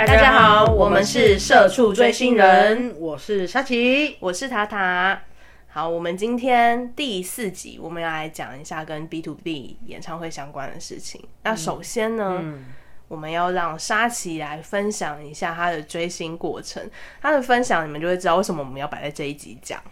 大家好，我们是社畜追星人， 我是沙琪， 我是塔塔。好，我们今天第4集，我们要来讲一下跟 B2B 演唱会相关的事情。那首先呢，我们要让沙琪来分享一下他的追星过程。他的分享，你们就会知道为什么我们要摆在这一集讲。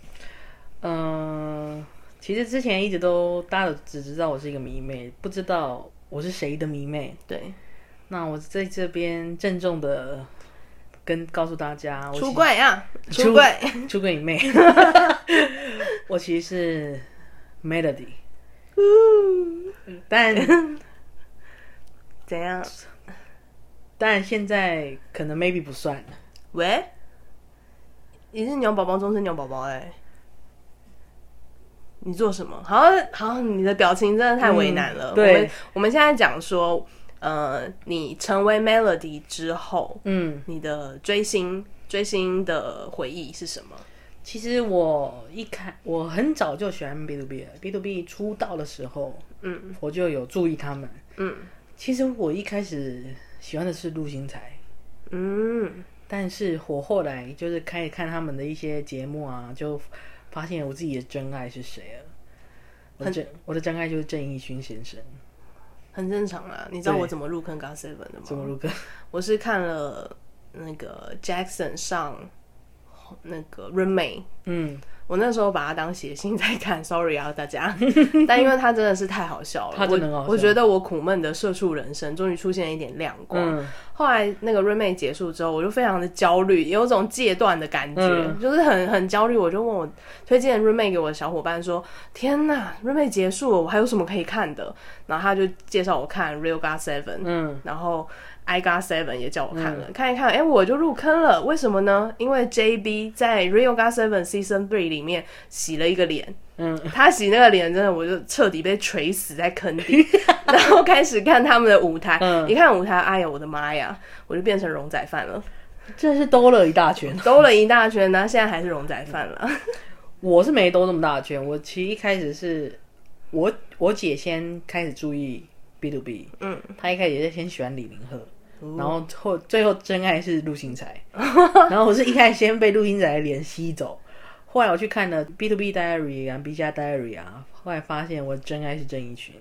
其实之前一直都大家只知道我是一个迷妹，不知道我是谁的迷妹。 对， 那我在这边郑重的告诉大家， 出柜啊，出柜你妹！我其实是 Melody， 但怎样？ 但现在可能 maybe 不算了。 喂，你是牛宝宝中是牛宝宝你做什么？好，你的表情真的太为难了。 对， 我们现在讲说，你成为 Melody 之后，你的追星的回忆是什么？ 其实我很早就喜欢 B2B 了。B2B 出道的时候，我就有注意他们。其实我一开始喜欢的是陆星材，但是我后来就是开始看他们的一些节目啊，就发现我自己的真爱是谁了。我的真爱就是郑义勋先生。 很正常啦，你知道我怎么入坑 GOT7 的吗？ 怎么入坑？ 我是看了那个 Jackson 上那个 Roommate， 我那时候把它当写信在看 ，sorry 啊大家，但因为它真的是太好笑了， 它真的很好笑。 我觉得我苦闷的社畜人生终于出现了一点亮光。后来那个 Roommate 结束之后，我就非常的焦虑，有种戒断的感觉，就是很焦虑。我就问我推荐 Roommate 给我的小伙伴说：“天哪 ，Roommate 结束了，我还有什么可以看的？”然后他就介绍我看 Real GOT7，然后I GOT7 也叫我看了，看一看，我就入坑了。为什么呢？因为 JB 在 Real GOT7 Season 3里面洗了一个脸，他洗那个脸真的，我就彻底被锤死在坑底。然后开始看他们的舞台，一看舞台，哎呀，我的妈呀，我就变成龙仔饭了， 真的是兜了一大圈， 然后现在还是龙仔饭了。 我是没兜这么大圈，我其实一开始是我姐先开始注意 B2B，她一开始也是先喜欢李明赫。然后最后真爱是陆星材，然后我是一开始先被陆星材的脸吸走，后来我去看了 B2B Diary 啊 B 加 Diary 啊，后来发现我真爱是郑义勋，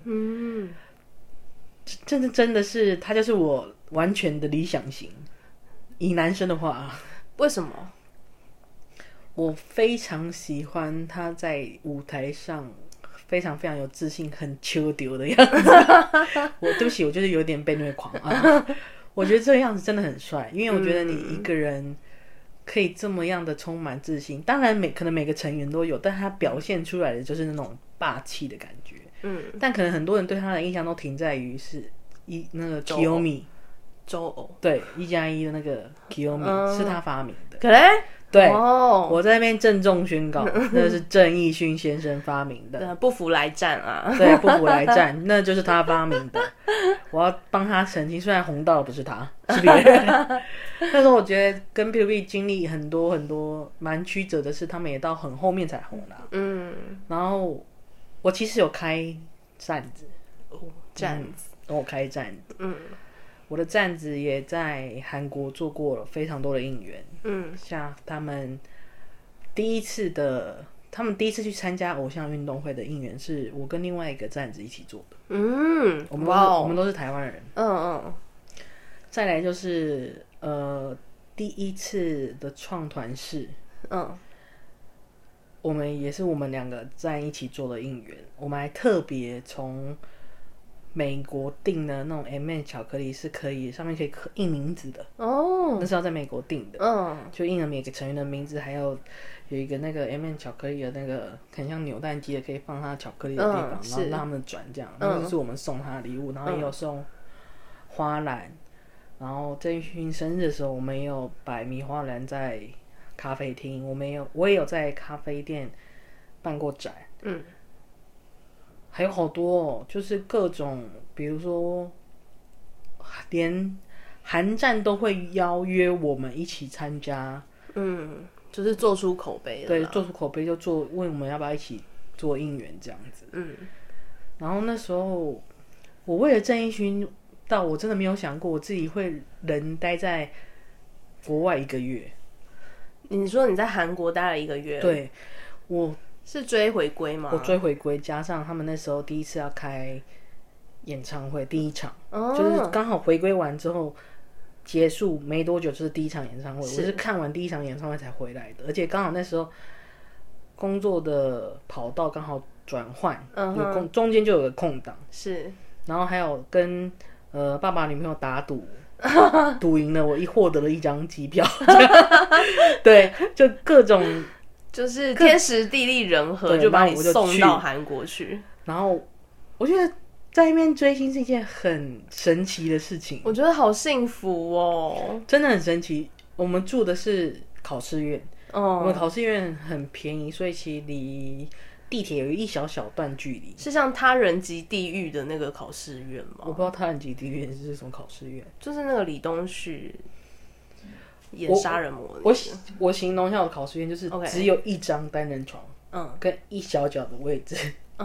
真的是他就是我完全的理想型。以男生的话， 为什么？ 我非常喜欢他在舞台上非常非常有自信，很秋丢的样子。对不起，我就是有点被虐狂啊。我觉得这个样子真的很帅，因为我觉得你一个人可以这么样的充满自信，当然可能每个成员都有，但他表现出来的就是那种霸气的感觉。但可能很多人对他的印象都停在于是那个 Kiyomi 周偶， 对1+1的那个 Kiyomi 是他发明的。 可能对，我在那边郑重宣告，那是郑义勋先生发明的。 不服来战啊！ 对，不服来战，那就是他发明的。我要帮他澄清，虽然红到的不是他，是别人。那时候我觉得跟 B2B 经历很多很多蛮曲折的是，他们也到很后面才红啦。然后我其实有开站子，我开站子，我的站子也在韩国做过了非常多的应援，像他们第一次去参加偶像运动会的应援，是我跟另外一个站子一起做的，我们都是台湾人，再来就是第一次的创团式，我们也是我们2个在一起做的应援，我们还特别从美国订的那种 M&M 巧克力是可以上面可以印名字的那是要在美国订的，就印了每个成员的名字，还有一个那个 M&M 巧克力的那个很像扭蛋机的，可以放他巧克力的地方，然后让他们转这样，那就是我们送他的礼物，然后也有送花篮，然后郑义勋生日的时候，我们也有摆米花篮在咖啡厅，我也有在咖啡店办过展，还有好多就是各种，比如说连韩站都会邀约我们一起参加， 就是做出口碑了。 对，做出口碑就问我们要不要一起做应援这样子。然后那时候我为了郑义勋到我真的没有想过我自己会人待在国外1个月。 你说你在韩国待了1个月？ 对，我是追回归吗？ 我追回归，加上他们那时候第一次要开演唱会，第一场，就是刚好回归完之后结束没多久，就是第一场演唱会。我是看完第一场演唱会才回来的，而且刚好那时候工作的跑道刚好转换，中间就有个空档， 是， 然后还有跟爸爸女朋友打赌。赌赢了，我获得了1张机票。对，就各种就是天时地利人和，就把你送到韩国去。 然后我觉得在那边追星是一件很神奇的事情， 我觉得好幸福哦， 真的很神奇。我们住的是考试院，我们考试院很便宜，所以其实离地铁有一小小段距离。 是像他人及地狱的那个考试院吗？ 我不知道他人及地狱是什么考试院， 就是那个李东旭演杀人魔的、那個。我形容一下我的考试院，就是只有1张单人床，跟一小角的位置，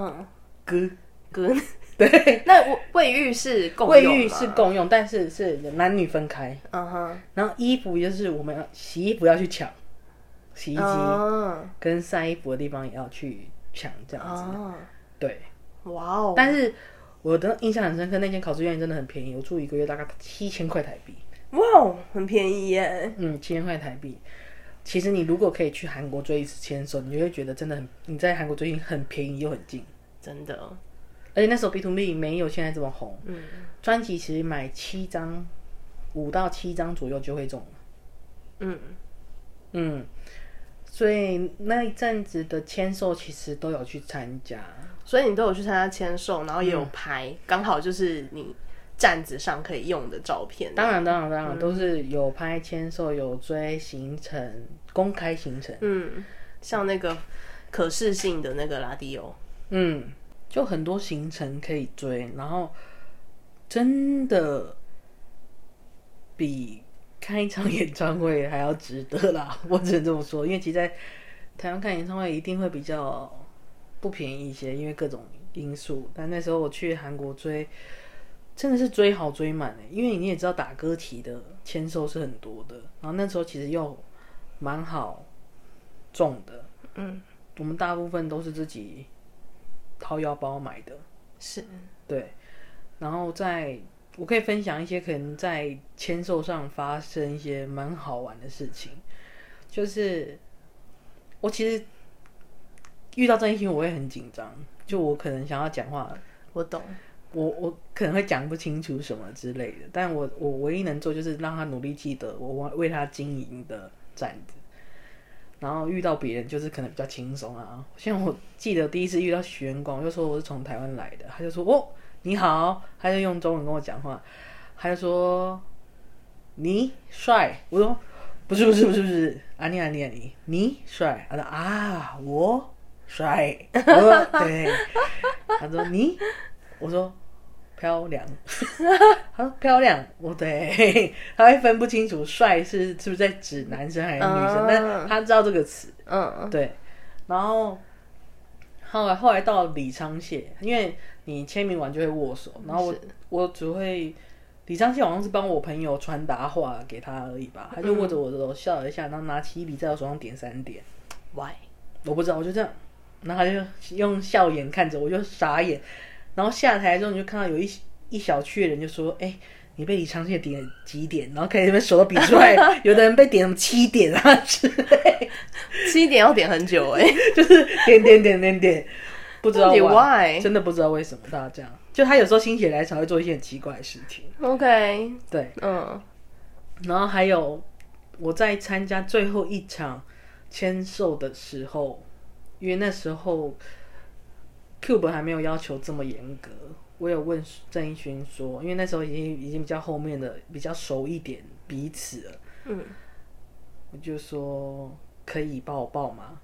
哥， 对。 那卫浴是共用吗？ 卫浴是共用，但是是男女分开。然后衣服就是我们要洗衣服要去抢，洗衣机跟晒衣服的地方也要去抢，这样子。对， 哇哦！ 但是我的印象很深刻，那间考试院真的很便宜，我住1个月大概7000块台币。 哇哦，很便宜耶 ！7000块台币。其实你如果可以去韩国追一次签售，你就会觉得真的很，你在韩国追星很便宜又很近， 真的。 而且那时候 B2B 没有现在这么红，专辑其实买7张，5到7张左右就会中了。所以那一阵子的签售其实都有去参加， 所以你都有去参加签售，然后也有拍，刚好就是你站子上可以用的照片。 当然，都是有拍签售，有追行程，公开行程。 像那个可视性的那个拉迪欧， 就很多行程可以追，然后真的比开一场演唱会还要值得啦，我只能这么说。因为其实在台湾看演唱会一定会比较不便宜一些，因为各种因素。但那时候我去韩国追，真的是追好追满欸，因为你也知道打歌期的签售是很多的，然后那时候其实又蛮好中的。我们大部分都是自己掏腰包买的， 是， 对。然后我可以分享一些可能在签售上发生一些蛮好玩的事情，就是我其实遇到郑义兴我会很紧张，就我可能想要讲话， 我懂， 我可能会讲不清楚什么之类的，但我唯一能做就是让他努力记得我为他经营的站子。然后遇到别人就是可能比较轻松啊，像我记得第一次遇到许愿光，我就说我是从台湾来的，他就说哦你好，他就用中文跟我讲话，他就说你帅，我说不是，安妮，你帅，他说啊我帅，我说对，他说你，我说漂亮，他说漂亮，我对，他会分不清楚帅是不是在指男生还是女生，但他知道这个词，对。然后后来到李昌燮，因为你签名完就会握手，然后我只会李昌燮好像是帮我朋友传达话给他而已吧，他就握着我的手笑了一下，然后拿起一笔在我手上点3点 ，Why？ 我不知道，我就这样，然后他就用笑眼看着我，就傻眼。然后下台之后，你就看到有一小区的人就说：“你被李昌燮点了几点？”然后开始手都比出来，有的人被点什么7点啊之类 ，7点要点很久就是点，不知道 why， 真的不知道为什么大家这样。就他有时候心血来潮会做一些很奇怪的事情。 OK， 对，然后还有我在参加最后一场签售的时候，因为那时候。Cube 还没有要求这么严格，我有问郑义勋说，因为那时候已经比较后面的比较熟一点彼此了，我就说可以帮我报吗？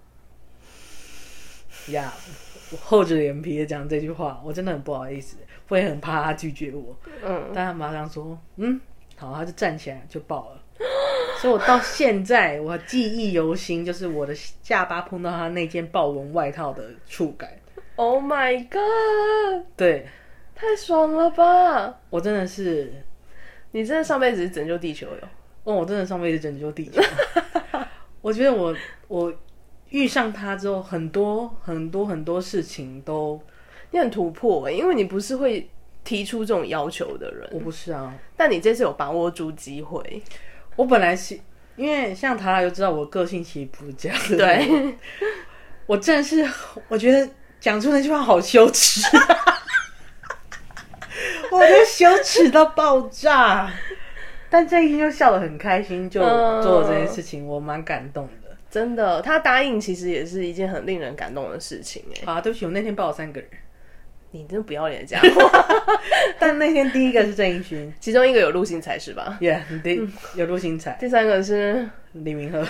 呀，我厚着脸皮的讲这句话，我真的很不好意思，我也很怕他拒绝我，但他马上说好，他就站起来就报了，所以我到现在我记忆犹新，就是我的下巴碰到他那件豹纹外套的触感。 Oh my god！ 对， 太爽了吧！ 我真的是， 你真的上辈子是拯救地球哟！ 哦，我真的上辈子拯救地球。我觉得我遇上他之后，很多事情都你很突破因为你不是会提出这种要求的人。 我不是啊， 但你这次有把握住机会。 我本来是因为像塔拉就知道我个性其实不是这样的。 对， 我真的是我觉得讲出那句话好羞耻，我觉得羞耻到爆炸。但这一天就笑得很开心，就做了这件事情，我蛮感动的。 真的，他答应其实也是一件很令人感动的事情啊，对不起，我那天抱了3个人。 你真不要脸的家伙！ 但那天第一个是郑义勋， 其中一个有陆星材是吧 ？Yeah， 有陆星材。 第3个是李明赫。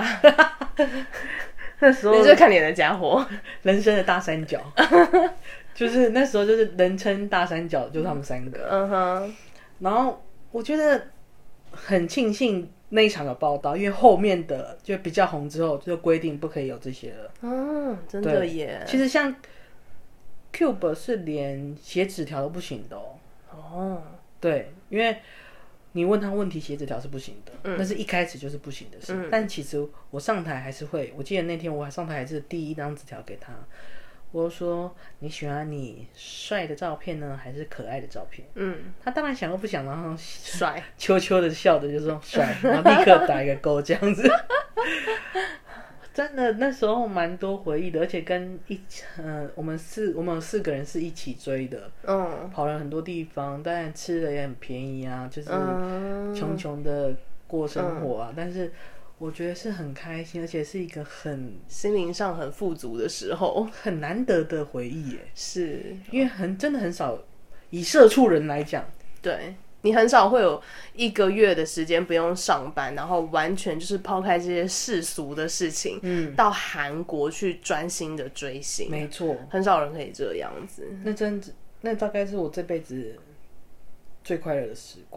那时候你是看脸的家伙， 人生的大三角，就是那时候就是人称大三角，就是他们3个。 嗯哼。 然后我觉得很庆幸那一场有报道，因为后面的就比较红之后，就规定不可以有这些了。 嗯，真的耶。 其实像 Cube 是连写纸条都不行的哦。 哦。 对，因为你问他问题写纸条是不行的，那是一开始就是不行的事。但其实我上台还是会，我记得那天我上台还是第一张纸条给他，我说你喜欢你帅的照片呢，还是可爱的照片？他当然想都不想，然后帅， 悄悄的笑着就说帅，然后立刻打一个勾这样子。真的那时候蛮多回忆的，而且跟我们有4个人是一起追的，跑了很多地方，当然吃的也很便宜啊，就是穷穷的过生活啊，但是我觉得是很开心，而且是一个很心灵上很富足的时候， 很难得的回忆耶。 是因为真的很少，以社畜人来讲， 对。你很少会有1个月的时间不用上班，然后完全就是抛开这些世俗的事情，到韩国去专心的追星。 没错， 很少人可以这样子。 那大概是我这辈子最快乐的时光。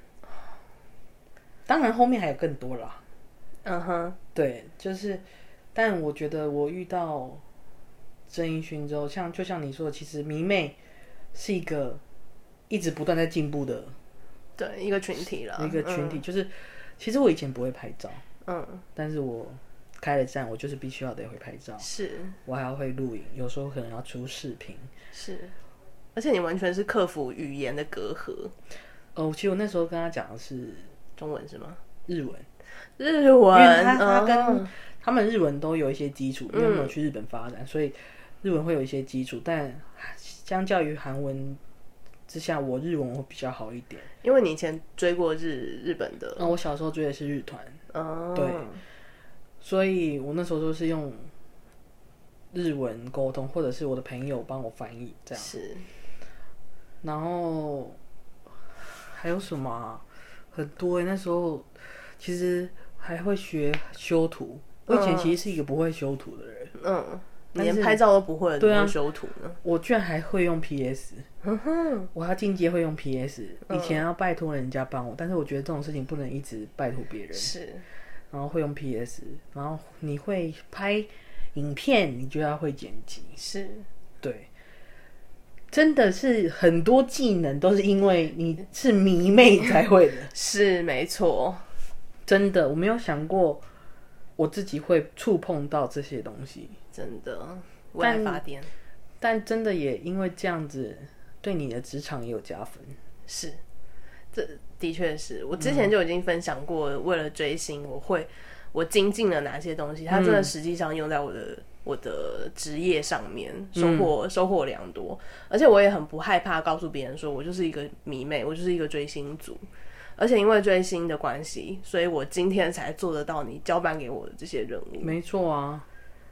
当然后面还有更多啦。 嗯哼， 对，就是，但我觉得我遇到郑义勋之后，就像你说的，其实迷妹是一个一直不断在进步的。 对，一个群体了， 一个群体，就是其实我以前不会拍照，但是我开了站，我就是必须要得会拍照， 是， 我还要会录影，有时候可能要出视频， 是，而且你完全是克服语言的隔阂。 其实我那时候跟他讲的是中文是吗？ 日文， 日文， 因为他跟他们日文都有一些基础，因为他们有去日本发展，所以日文会有一些基础，但相较于韩文之下，我日文会比较好一点， 因为你以前追过日本的。 我小时候追的是日团，对，所以我那时候都是用日文沟通，或者是我的朋友帮我翻译这样。 是。 然后还有什么啊？很多那时候其实还会学修图。我以前其实是一个不会修图的人。 你连拍照都不会，怎么修图呢？ 我居然还会用 PS，我要进阶会用 PS。以前要拜托人家帮我，但是我觉得这种事情不能一直拜托别人。 是， 然后会用 PS， 然后你会拍影片，你就要会剪辑。 是， 对，真的是很多技能都是因为你是迷妹才会的。 是，没错， 真的，我没有想过我自己会触碰到这些东西。 真的，为爱发电。 但真的也因为这样子，对你的职场也有加分。 是，这的确是我之前就已经分享过，为了追星，我精进了哪些东西，它真的实际上用在我的职业上面，收获良多。而且我也很不害怕告诉别人说，我就是一个迷妹，我就是一个追星族。而且因为追星的关系，所以我今天才做得到你交办给我的这些任务。 没错啊。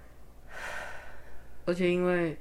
而且因为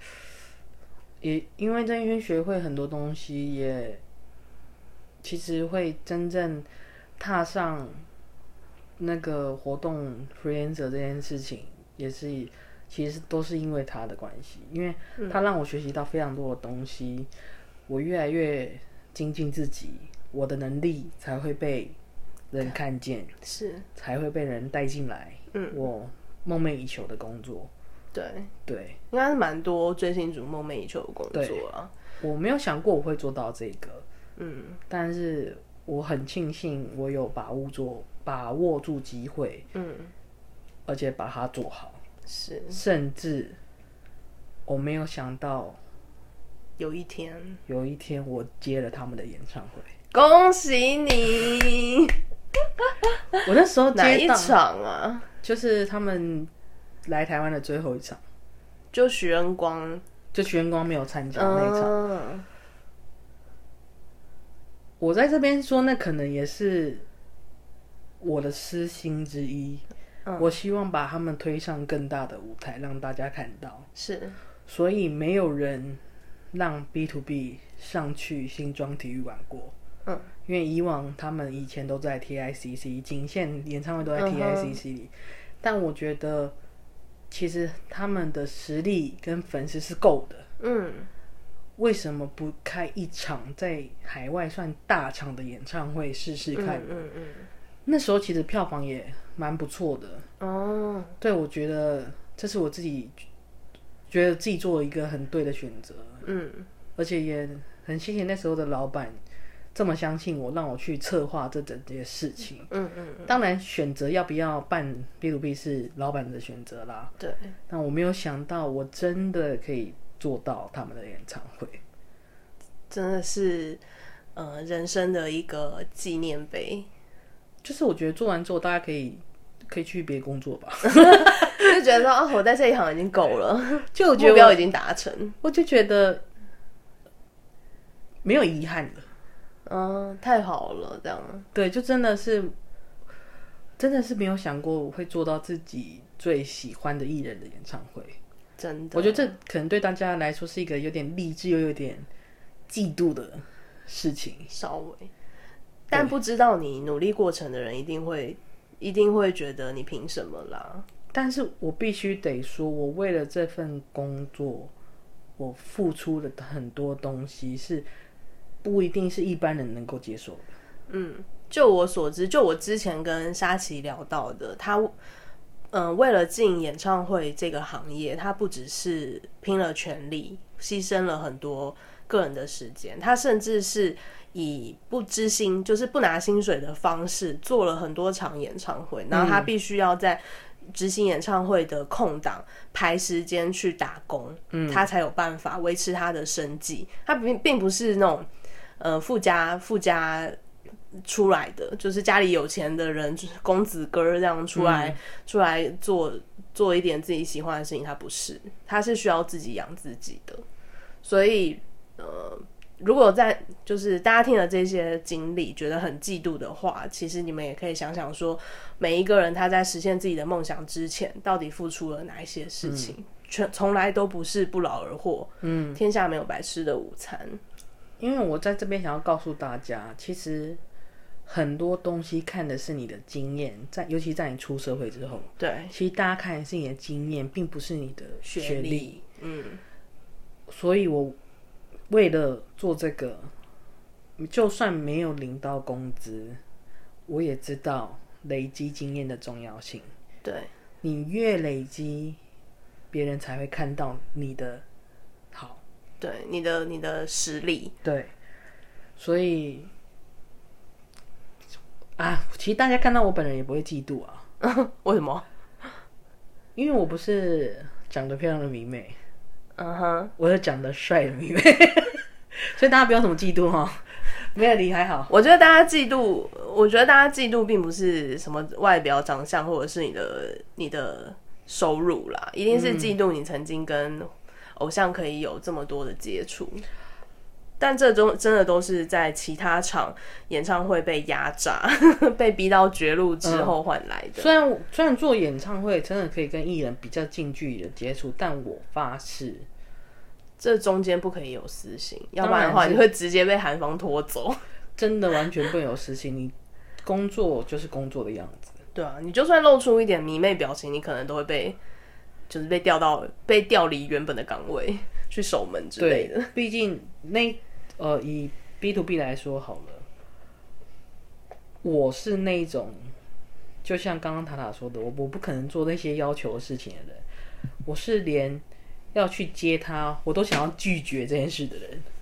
郑义勋学会很多东西，也其实会真正踏上那个活动 freelancer 这件事情，也是其实都是因为他的关系，因为他让我学习到非常多的东西，我越来越精进自己，我的能力才会被人看见， 是才会被人带进来，我梦寐以求的工作。 对， 对， 应该是蛮多追星族梦寐以求的工作啊。 我没有想过我会做到这个，但是我很庆幸我有把握住机会，而且把它做好， 是， 甚至我没有想到有一天我接了他们的演唱会， 恭喜你！ 我那时候接到哪一场啊？ 就是他们来台湾的最后一场， 就许恩光没有参加那一场。我在这边说，那可能也是我的私心之一。我希望把他们推上更大的舞台，让大家看到。 是， 所以没有人让 B2B 上去新庄体育馆过。因为以往他们以前都在 TICC， 仅限演唱会都在 TICC 里。但我觉得，其实他们的实力跟粉丝是够的。为什么不开一场在海外算大场的演唱会试试看？那时候其实票房也蛮不错的。对，我觉得这是我自己觉得自己做了一个很对的选择。而且也很谢谢那时候的老板这么相信我，让我去策划这整件事情。当然选择要不要办 B2B 是老板的选择啦。 对， 但我没有想到我真的可以做到他们的演唱会， 真的是人生的一个纪念碑。 就是我觉得做完之后，大家可以去别工作吧。 就觉得说我在这一行已经够了，就我觉得目标已经达成， 我就觉得没有遗憾了。 太好了，这样。 对，就真的是没有想过我会做到自己最喜欢的艺人的演唱会。 真的， 我觉得这可能对大家来说是一个有点励志又有点嫉妒的事情， 稍微。但不知道你努力过程的人一定会觉得你凭什么啦。 但是我必须得说，我为了这份工作，我付出了很多东西，是不一定是一般人能够接受的。 就我所知，就我之前跟沙琪聊到的，他为了进演唱会这个行业，他不只是拼了全力，牺牲了很多个人的时间，他甚至是以不知薪，就是不拿薪水的方式做了很多场演唱会，然后他必须要在执行演唱会的空档排时间去打工，他才有办法维持他的生计。他并不是那种富家出来的，就是家里有钱的人，公子哥这样出来做一点自己喜欢的事情。他不是，他是需要自己养自己的。所以如果就是大家听了这些经历觉得很嫉妒的话，其实你们也可以想想说，每一个人他在实现自己的梦想之前到底付出了哪一些事情，从来都不是不劳而获。天下没有白吃的午餐。 因为我在这边想要告诉大家，其实很多东西看的是你的经验，尤其在你出社会之后， 对， 其实大家看的是你的经验，并不是你的学历。所以我为了做这个，就算没有领到工资，我也知道累积经验的重要性。 对， 你越累积，别人才会看到你的好， 对，你的实力。 对，所以其实大家看到我本人也不会嫉妒啊。 为什么？ 因为我不是长得漂亮的迷妹，我是长得帅的迷妹，所以大家不要什么嫉妒哈。没有你还好。 我觉得大家嫉妒并不是什么外表长相或者是你的收入啦，一定是嫉妒你曾经跟偶像可以有这么多的接触。但这真的都是在其他场演唱会被压榨被逼到绝路之后换来的。 虽然做演唱会真的可以跟艺人比较近距离的接触，但我发誓这中间不可以有私心，要不然的话你会直接被韩方拖走。 真的完全不能有私心，你工作就是工作的样子。 对啊，你就算露出一点迷妹表情，你可能都会被调离原本的岗位去守门之类的。 毕竟以 B2B 来说好了，我是那种就像刚刚塔塔说的，我不可能做那些要求的事情的人，我是连要去接他我都想要拒绝这件事的人。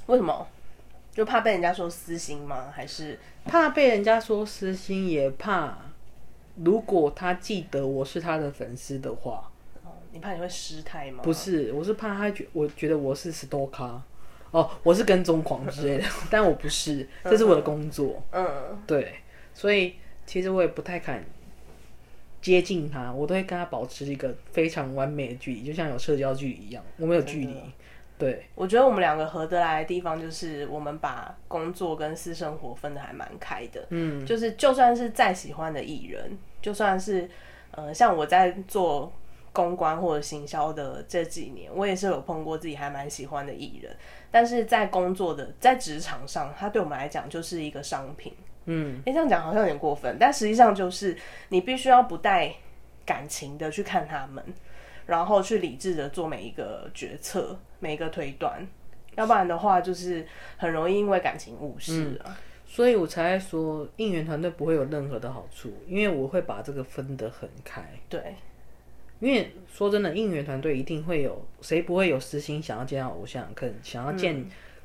为什么？就怕被人家说私心吗？还是怕被人家说私心，也怕如果他记得我是他的粉丝的话， 你怕你会失态吗？ 不是，我是怕我觉得我是 stalker， 我是跟踪狂之类的，但我不是，这是我的工作。对，所以其实我也不太敢接近他，我都会跟他保持一个非常完美的距离，就像有社交距离一样，我们有距离。对， 我觉得我们两个合得来的地方就是我们把工作跟私生活分得还蛮开的。就是就算是再喜欢的艺人，就算是像我在做公关或者行销的这几年，我也是有碰过自己还蛮喜欢的艺人，但是在工作的在职场上，他对我们来讲就是一个商品。这样讲好像有点过分，但实际上就是你必须要不带感情的去看他们，然后去理智的做每一个决策、每一个推断，要不然的话就是很容易因为感情误事啊。 所以我才会说应援团队不会有任何的好处，因为我会把这个分得很开。 对， 因为说真的，应援团队一定会有谁不会有私心想要见到偶像，想要见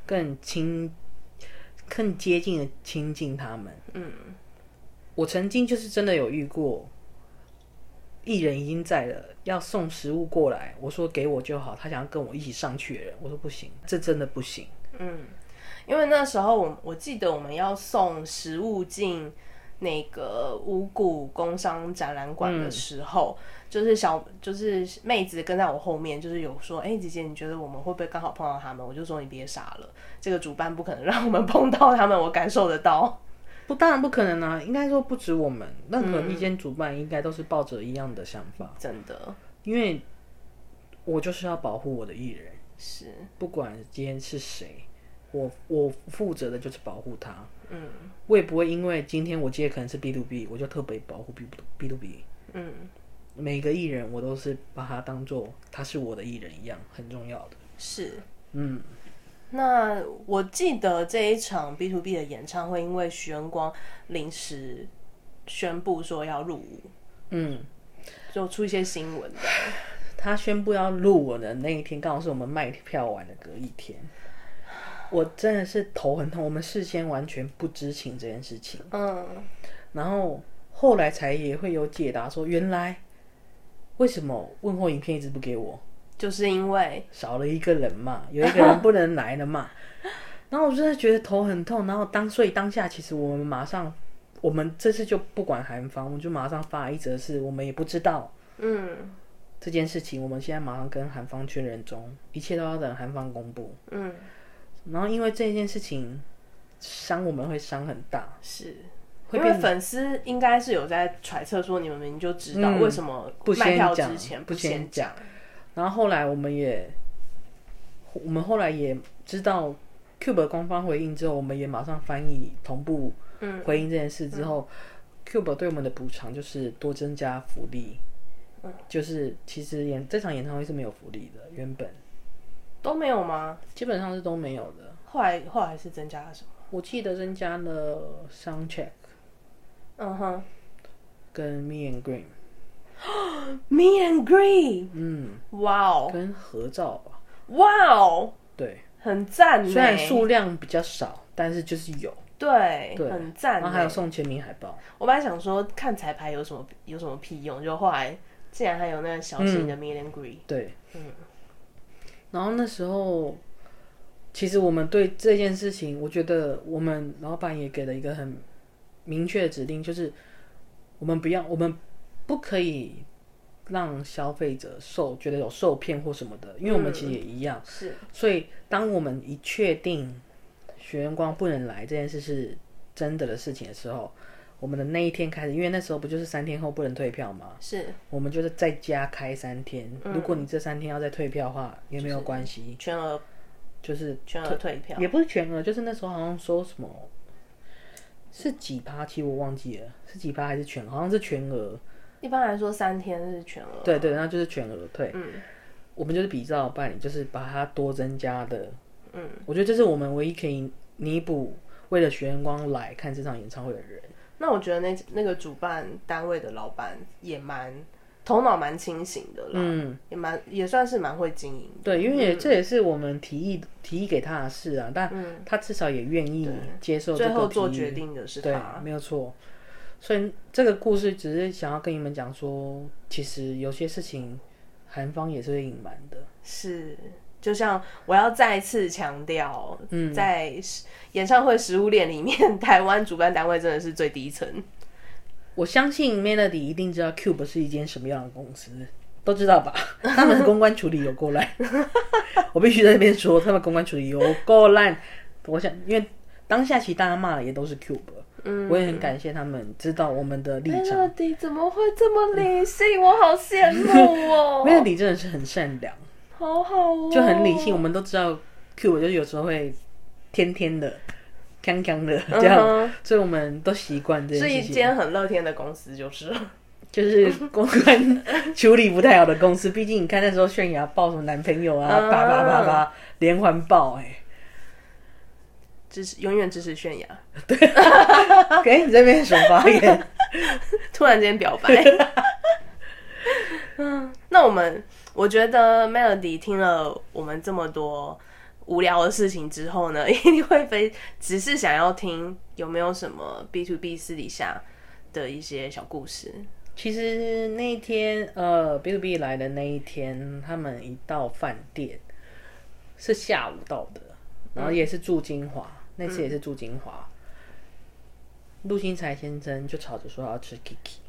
更接近的亲近他们。我曾经就是真的有遇过，艺人已经在了，要送食物过来，我说给我就好，他想要跟我一起上去的人，我说不行，这真的不行。 因为那时候我记得我们要送食物进那个五股工商展览馆的时候，就是妹子跟在我后面，就是有说，姐姐你觉得我们会不会刚好碰到他们？我就说你别傻了，这个主办不可能让我们碰到他们，我感受得到。 当然不可能啊，应该说不止我们，任何一间主办应该都是抱着一样的想法。 真的， 因为我就是要保护我的艺人， 是不管今天是谁，我负责的就是保护他。我也不会因为今天我接可能是 B2B， 我就特别保护 B2B。每个艺人我都是把他当做他是我的艺人一样，很重要的。 是，那我记得这一场 B2B 的演唱会，因为徐恩光临时宣布说要入伍，就出一些新闻的。 他宣布要入伍的那一天，刚好是我们卖票完的隔一天。我真的是头很痛，我们事先完全不知情这件事情。然后后来才也会有解答说，原来为什么问候影片一直不给我， 就是因为少了一个人嘛，有一个人不能来了嘛。然后我真的觉得头很痛，然后所以当下其实我们这次就不管韩方，我们就马上发一则是我们也不知道这件事情，我们现在马上跟韩方确认中，一切都要等韩方公布。然后因为这件事情我们会伤很大， 是因为粉丝应该是有在揣测说你们明明就知道为什么卖票之前不先讲。 然后后来我们后来也知道 Cube 的官方回应之后，我们也马上翻译同步回应这件事之后，Cube 对我们的补偿就是多增加福利。就是其实这场演唱会是没有福利的，原本都没有吗？ 基本上是都没有的。 后来是增加了什么？ 我记得增加了 sound check， 跟 meet and greet。meet and greet， 哇哦， 跟合照吧。 哇哦， 对， 很赞。 虽然数量比较少，但是就是有。 对，很赞。 然后还有送签名海报。 我本来想说看彩排有什么屁用，就后来竟然还有那个小型的 meet and greet。 对，然后那时候，其实我们对这件事情，我觉得我们老板也给了一个很明确的指令，就是我们不可以让消费者觉得有受骗或什么的，因为我们其实也一样。 是。 所以当我们一确定学员光不能来这件事是真的事情的时候，我们的那一天开始，因为那时候不就是3天后不能退票吗？ 是。 我们就是再加开3天，如果你这3天要再退票的话，也没有关系， 全额退票， 也不是全额，就是那时候好像说什么是几趴，其实我忘记了是几趴还是全额，好像是全额。 一般来说3天是全额。 对，那就是全额退。我们就是比照办理，就是把它多增加的。我觉得这是我们唯一可以弥补为了学员光来看这场演唱会的人。 那我觉得那个主办单位的老板也蛮头脑蛮清醒的啦，也算是蛮会经营的。 对，因为这也是我们提议给他的事啊，但他至少也愿意接受这个提议， 最后做决定的是他， 对，没有错。所以这个故事只是想要跟你们讲说，其实有些事情韩方也是会隐瞒的。 是，就像我要再次强调，在演唱会食物链里面，台湾主办单位真的是最低层。 我相信 Melody 一定知道 Cube 是一间什么样的公司，都知道吧？他们的公关处理有够烂，我必须在这边说，他们公关处理有够烂。我想，因为当下其实大家骂的也都是 Cube。我也很感谢他们知道我们的立场。 Melody 怎么会这么理性？我好羡慕哦。 Melody 真的是很善良， 好好哦， 就很理性。我们都知道 Q 就有时候会天天的、锵锵的这样，所以我们都习惯这件事情。 是一间很乐天的公司， 就是公关处理不太好的公司。毕竟你看那时候泫雅爆什么男朋友啊，叭叭叭叭连环爆永远支持泫雅。 对，给你这边什么发言？ 突然间表白。那我觉得 Melody 听了我们这么多无聊的事情之后呢，一定会只是想要听有没有什么 B2B 私底下的一些小故事。 其实那一天B2B 来的那一天，他们一到饭店是下午到的，然后也是住金华。那次也是住金华，陆星材先生就吵着说要吃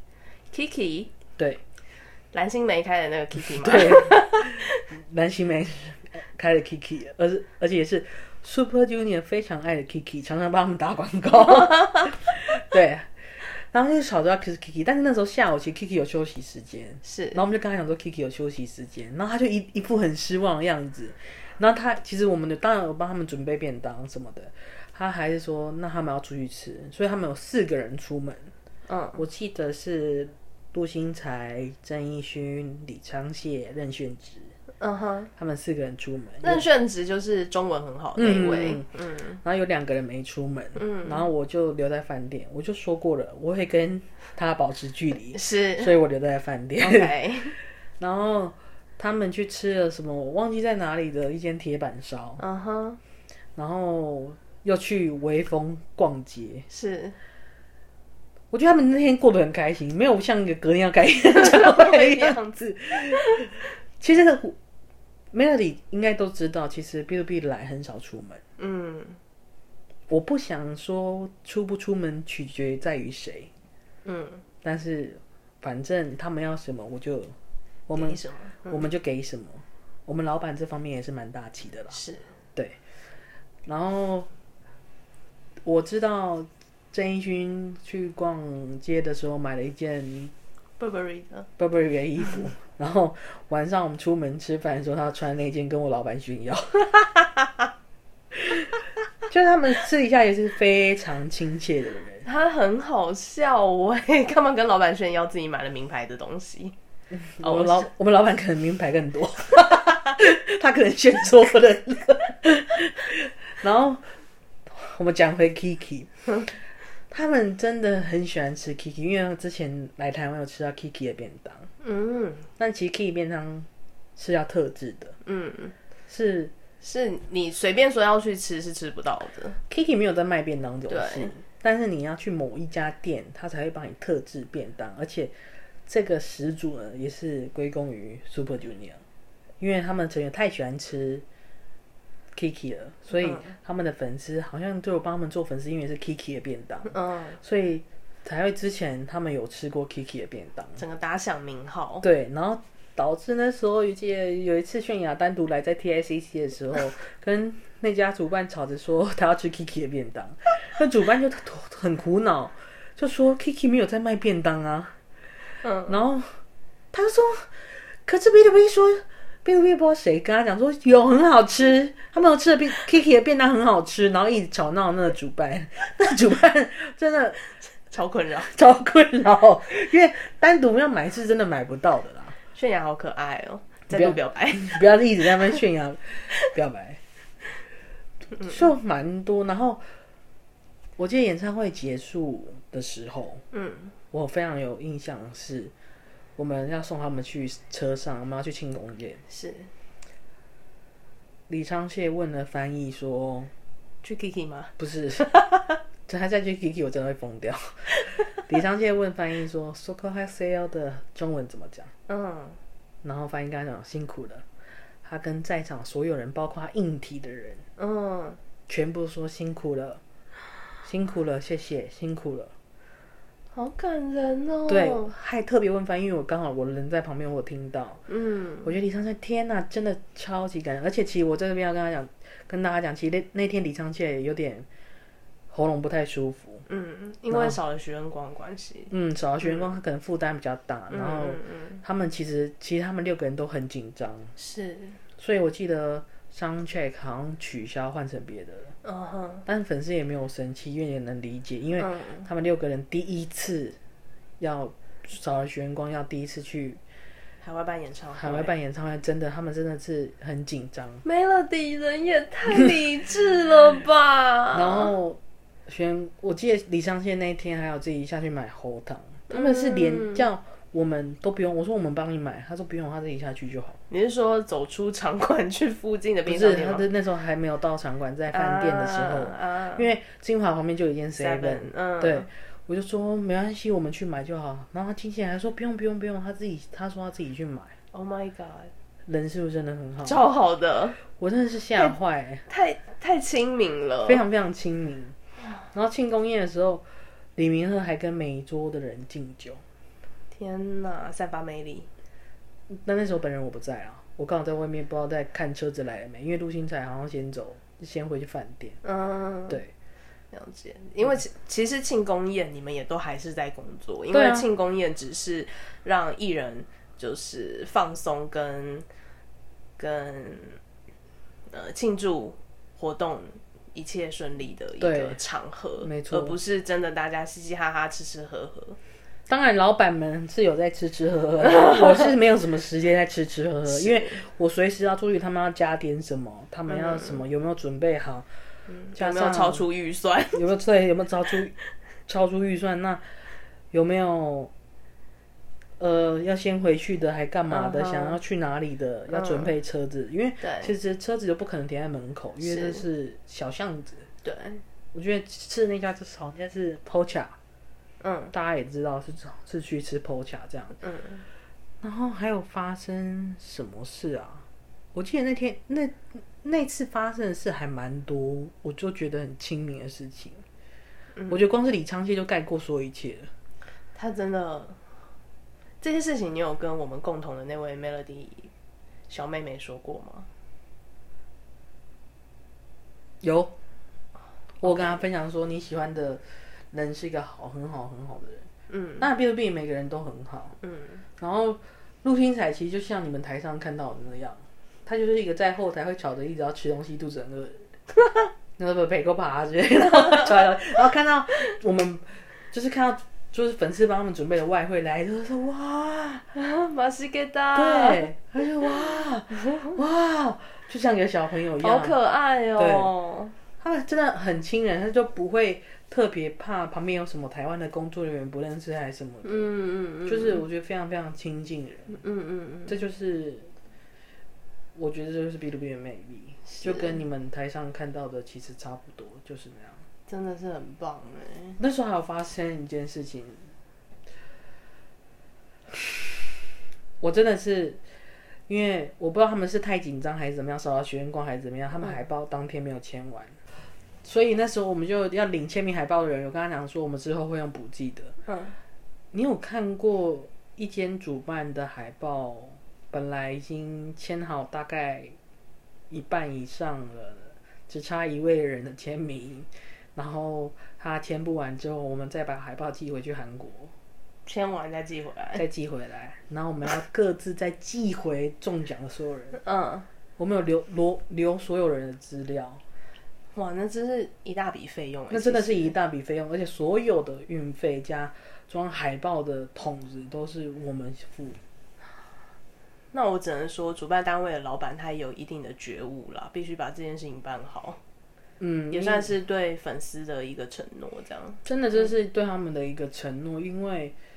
Kiki， 对， 蓝心湄开的那个 Kiki 吗？ 对，蓝心湄开的 Kiki， 而且也是 Super Junior 非常爱的 Kiki， 常常帮他们打广告。对，然后就吵着要吃 Kiki， 但是那时候下午其实 Kiki 有休息时间， 是， 然后我们就跟他讲说 Kiki 有休息时间，然后他就一副很失望的样子。然后其实我们当然有帮他们准备便当什么的，他还是说那他们要出去吃，所以他们有4个人出门。我记得是陆星材、郑义勋、李昌燮、任炫植，他们4个人出门。 任炫植就是中文很好的那一位， 然后有2个人没出门，然后我就留在饭店，我就说过了，我会跟他保持距离， 是， 所以我留在饭店。 OK， 然后他们去吃了什么我忘记在哪里的一间铁板烧，然后又去微风逛街， 是， 我觉得他们那天过得很开心，没有像一个隔天要开演唱会的样子。其实 Melody 应该都知道，其实 B2B 来很少出门。我不想说出不出门取决在于谁，但是反正他们要什么我们就给什么。我们老板这方面也是蛮大气的啦， 是，对。 然后我知道郑义勋去逛街的时候买了一件 Burberry 的衣服，然后晚上我们出门吃饭的时候，他穿那件跟我老板炫耀。就是他们私底下也是非常亲切的人， 他很好笑干嘛跟老板炫耀自己买了名牌的东西？ 我们老板可能名牌更多，他可能选错了。然后我们讲回 Kiki， 他们真的很喜欢吃 Kiki， 因为之前来台湾有吃到 Kiki 的便当，但其实 Kiki 便当是要特制的， 是你随便说要去吃是吃不到的。 Kiki 没有在卖便当这种事，但是你要去某一家店，他才会帮你特制便当，而且这个始祖呢也是归功于 Super Junior， 因为他们成员太喜欢吃 Kiki 了，所以他们的粉丝好像都有帮他们做粉丝，因为是 Kiki 的便当，所以才会之前他们有吃过 Kiki 的便当， 整个打响名号。 对，然后导致那时候有一次泫雅单独来在 TICC 的时候，跟那家主办吵着说他要吃 Kiki 的便当，那主办就很苦恼，就说 Kiki 没有在卖便当啊，然后他就说，可是 B2B 说 B2B 不知道谁跟他讲说有很好吃，他们有吃的 Kiki 的便当很好吃，然后一直吵闹那个主办，那主办真的超困扰， 因为单独要买是真的买不到的啦。 泫雅好可爱哦，再度表白， 不要一直在那边泫雅表白，就蛮多。然后我记得演唱会结束的时候，我非常有印象的是， 我们要送他们去车上，我们要去庆功宴。 是。 李昌燮问了翻译说：“ 去 Kiki 吗？” 不是，这还在去 Kiki， 我真的会疯掉。李昌燮问翻译说 ：“Sokohaseyo 的中文怎么讲？”然后翻译跟他讲：“辛苦了。”他跟在场所有人，包括硬体的人，全部说辛苦了，辛苦了，谢谢，辛苦了。 好感人哦！ 对，还特别问翻译，因为我刚好我人在旁边，我有听到。我觉得李昌燮天哪，真的超级感人。而且其实我在这边要跟大家讲，其实那天李昌燮有点喉咙不太舒服。 因为少了徐恩光的关系。 少了徐恩光，他可能负担比较大。然后他们其实他们6个人都很紧张。 是。 所以我记得 soundcheck 好像取消换成别的了。但粉丝也没有生气，因为也能理解，因为他们6个人第一次要少了徐恩光，要第一次去海外办演唱会。 海外办演唱会，真的他们真的是很紧张。 Melody 人也太理智了吧！ 然后我记得李昌燮那一天还有自己下去买喉糖，他们是连叫我们都不用，我说我们帮你买，他说不用，他自己下去就好。 你是说走出场馆去附近的便利店吗？ 不是，他那时候还没有到场馆，在饭店的时候，因为金华旁边就有一间 7，对，我就说没关系，我们去买就好。然后他经纪人还说不用，他说他自己去买。 Oh my god， 人是不是真的很好？ 超好的， 我真的是吓坏， 太亲民了， 非常非常亲民。然后庆功宴的时候，李明赫还跟每一桌的人敬酒。 天哪，散发魅力。 但那时候本人我不在啊，我刚好在外面，不知道在看车子来了没，因为陆星材好像先回去饭店。对， 了解。因为其实庆功宴你们也都还是在工作，因为庆功宴只是让艺人就是放松跟庆祝活动一切顺利的一个场合， 没错， 而不是真的大家嘻嘻哈哈吃吃喝喝。 当然，老板们是有在吃吃喝喝，我是没有什么时间在吃吃喝喝，因为我随时要出去，他们要加点什么，他们要什么，有没有准备好， 有没有超出预算， 有没有超出预算，那有没有要先回去的，还干嘛的，想要去哪里的，要准备车子，因为其实车子就不可能停在门口，因为这是小巷子。 对， 我觉得吃的那家好像是 Pocha。大家也知道是去吃 Pocha 这样。然后还有发生什么事啊？我记得那天那次发生的事还蛮多，我就觉得很亲民的事情。我觉得光是李昌燮就盖过所有一切了。 他真的这些事情，你有跟我们共同的那位 Melody 小妹妹说过吗？ 有，我有跟她分享说你喜欢的人是一个很好的人。那 B2B 每个人都很好。然后陆星材其实就像你们台上看到的那样，他就是一个在后台会吵着一直要吃东西，肚子很饿，那个陪个爬之类的，然后看到我们就是看到就是粉丝帮他们准备的外汇来，就说哇， 马西给达， 对，他就哇，就像一个小朋友一样， 好可爱哦。 他们真的很亲人，他就不会特别怕旁边有什么台湾的工作人员不认识还是什么的。就是我觉得非常非常亲近人。这就是我觉得这就是 B2B 的魅力，就跟你们台上看到的其实差不多，就是那样。 真的是很棒哎！ 那时候还有发生一件事情，我真的是因为我不知道他们是太紧张还是怎么样，少了学员光还是怎么样，他们海报当天没有签完。所以那时候我们就要领签名海报的人，有跟他讲说我们之后会用补寄的。你有看过一间主办的海报，本来已经签好大概一半以上了，只差一位人的签名，然后他签不完之后，我们再把海报寄回去韩国， 签完再寄回来， 然后我们要各自再寄回中奖的所有人。我们有留所有人的资料。 哇，那真是一大笔费用。 那真的是一大笔费用，而且所有的运费加装海报的筒子都是我们付。 那我只能说，主办单位的老板他也有一定的觉悟啦，必须把这件事情办好。也算是对粉丝的一个承诺，这样。 真的这是对他们的一个承诺，因为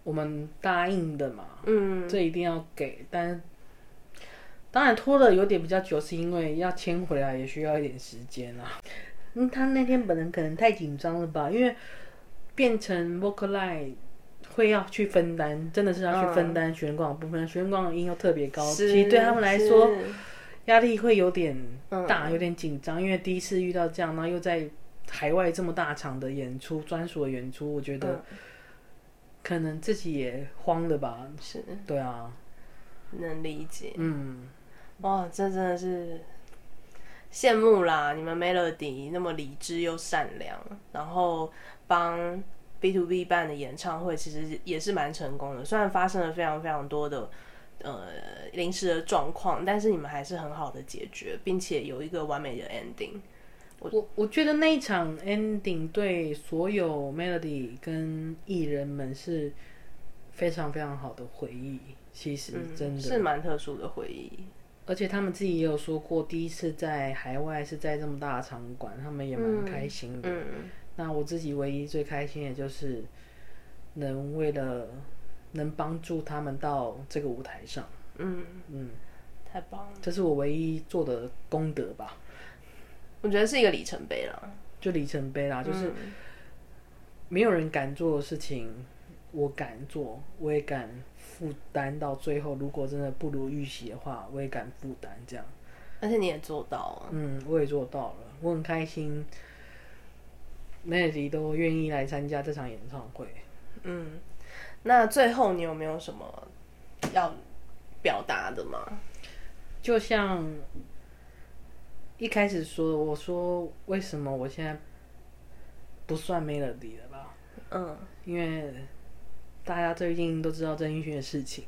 我们答应的嘛，这一定要给，但当然拖的有点比较久，是因为要签回来也需要一点时间啊。他那天本人可能太紧张了吧，因为变成 Vocalize 会要去分担，真的是要去分担玄广部分，玄广的音又特别高，其实对他们来说压力会有点大，有点紧张，因为第一次遇到这样，然后又在海外这么大场的演出，专属的演出，我觉得可能自己也慌了吧。 是， 对啊， 能理解。哇，这真的是羡慕啦！你们 Melody 那么理智又善良，然后帮 B2B 办的演唱会，其实也是蛮成功的。虽然发生了非常非常多的临时的状况，但是你们还是很好的解决，并且有一个完美的 ending。 我觉得那一场 ending 对所有 Melody 跟艺人们是非常非常好的回忆，其实真的是蛮特殊的回忆。 而且他们自己也有说过，第一次在海外是在这么大的场馆，他们也蛮开心的。那我自己唯一最开心的就是为了能帮助他们到这个舞台上。 太棒了！ 这是我唯一做的功德吧。 我觉得是一个里程碑啦， 就里程碑啦，就是没有人敢做的事情，我敢做，我也敢负担到最后。如果真的不如预期的话，我也敢负担这样。 而且你也做到了。 我也做到了，我很开心。Melody 都愿意来参加这场演唱会。 那最后你有没有什么要表达的吗？ 就像一开始说的，我说为什么我现在不算 Melody 了吧？因为大家最近都知道郑义勋的事情。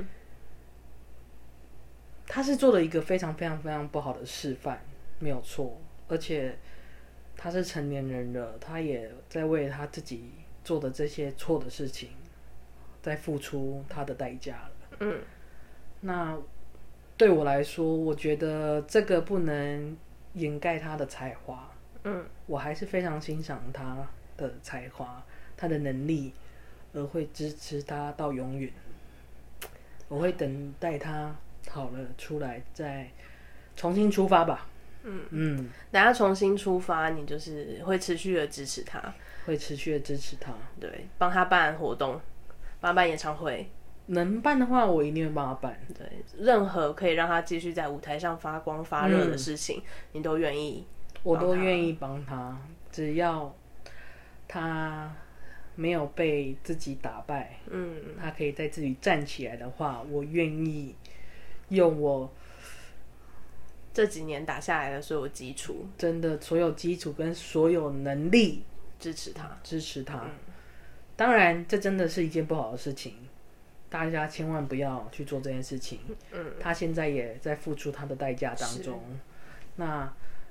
他是做了一个非常非常非常不好的示范，没有错。而且他是成年人了，他也在为他自己做的这些错的事情，在付出他的代价了。那对我来说，我觉得这个不能掩盖他的才华。我还是非常欣赏他的才华，他的能力，而会支持他到永远。我会等待他好了出来，再重新出发吧。 等他重新出发，你就是会持续的支持他， 会持续的支持他。 对，帮他办活动，帮他办演唱会。 能办的话，我一定会帮他办。 对，任何可以让他继续在舞台上发光发热的事情，你都愿意， 我都愿意帮他。只要他没有被自己打败，他可以在自己站起来的话，我愿意用我这几年打下来的所有基础， 真的所有基础跟所有能力支持他。 当然，这真的是一件不好的事情。大家千万不要去做这件事情。他现在也在付出他的代价当中。那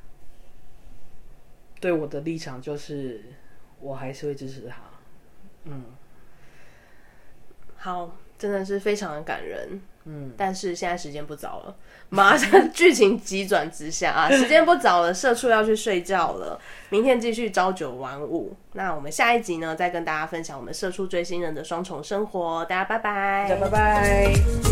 对我的立场就是，我还是会支持他。 好，真的是非常的感人。但是现在时间不早了，马上剧情急转直下啊！时间不早了，社畜要去睡觉了，明天继续朝九晚五。那我们下一集呢，再跟大家分享我们社畜追星人的双重生活。大家拜拜， 大家拜拜。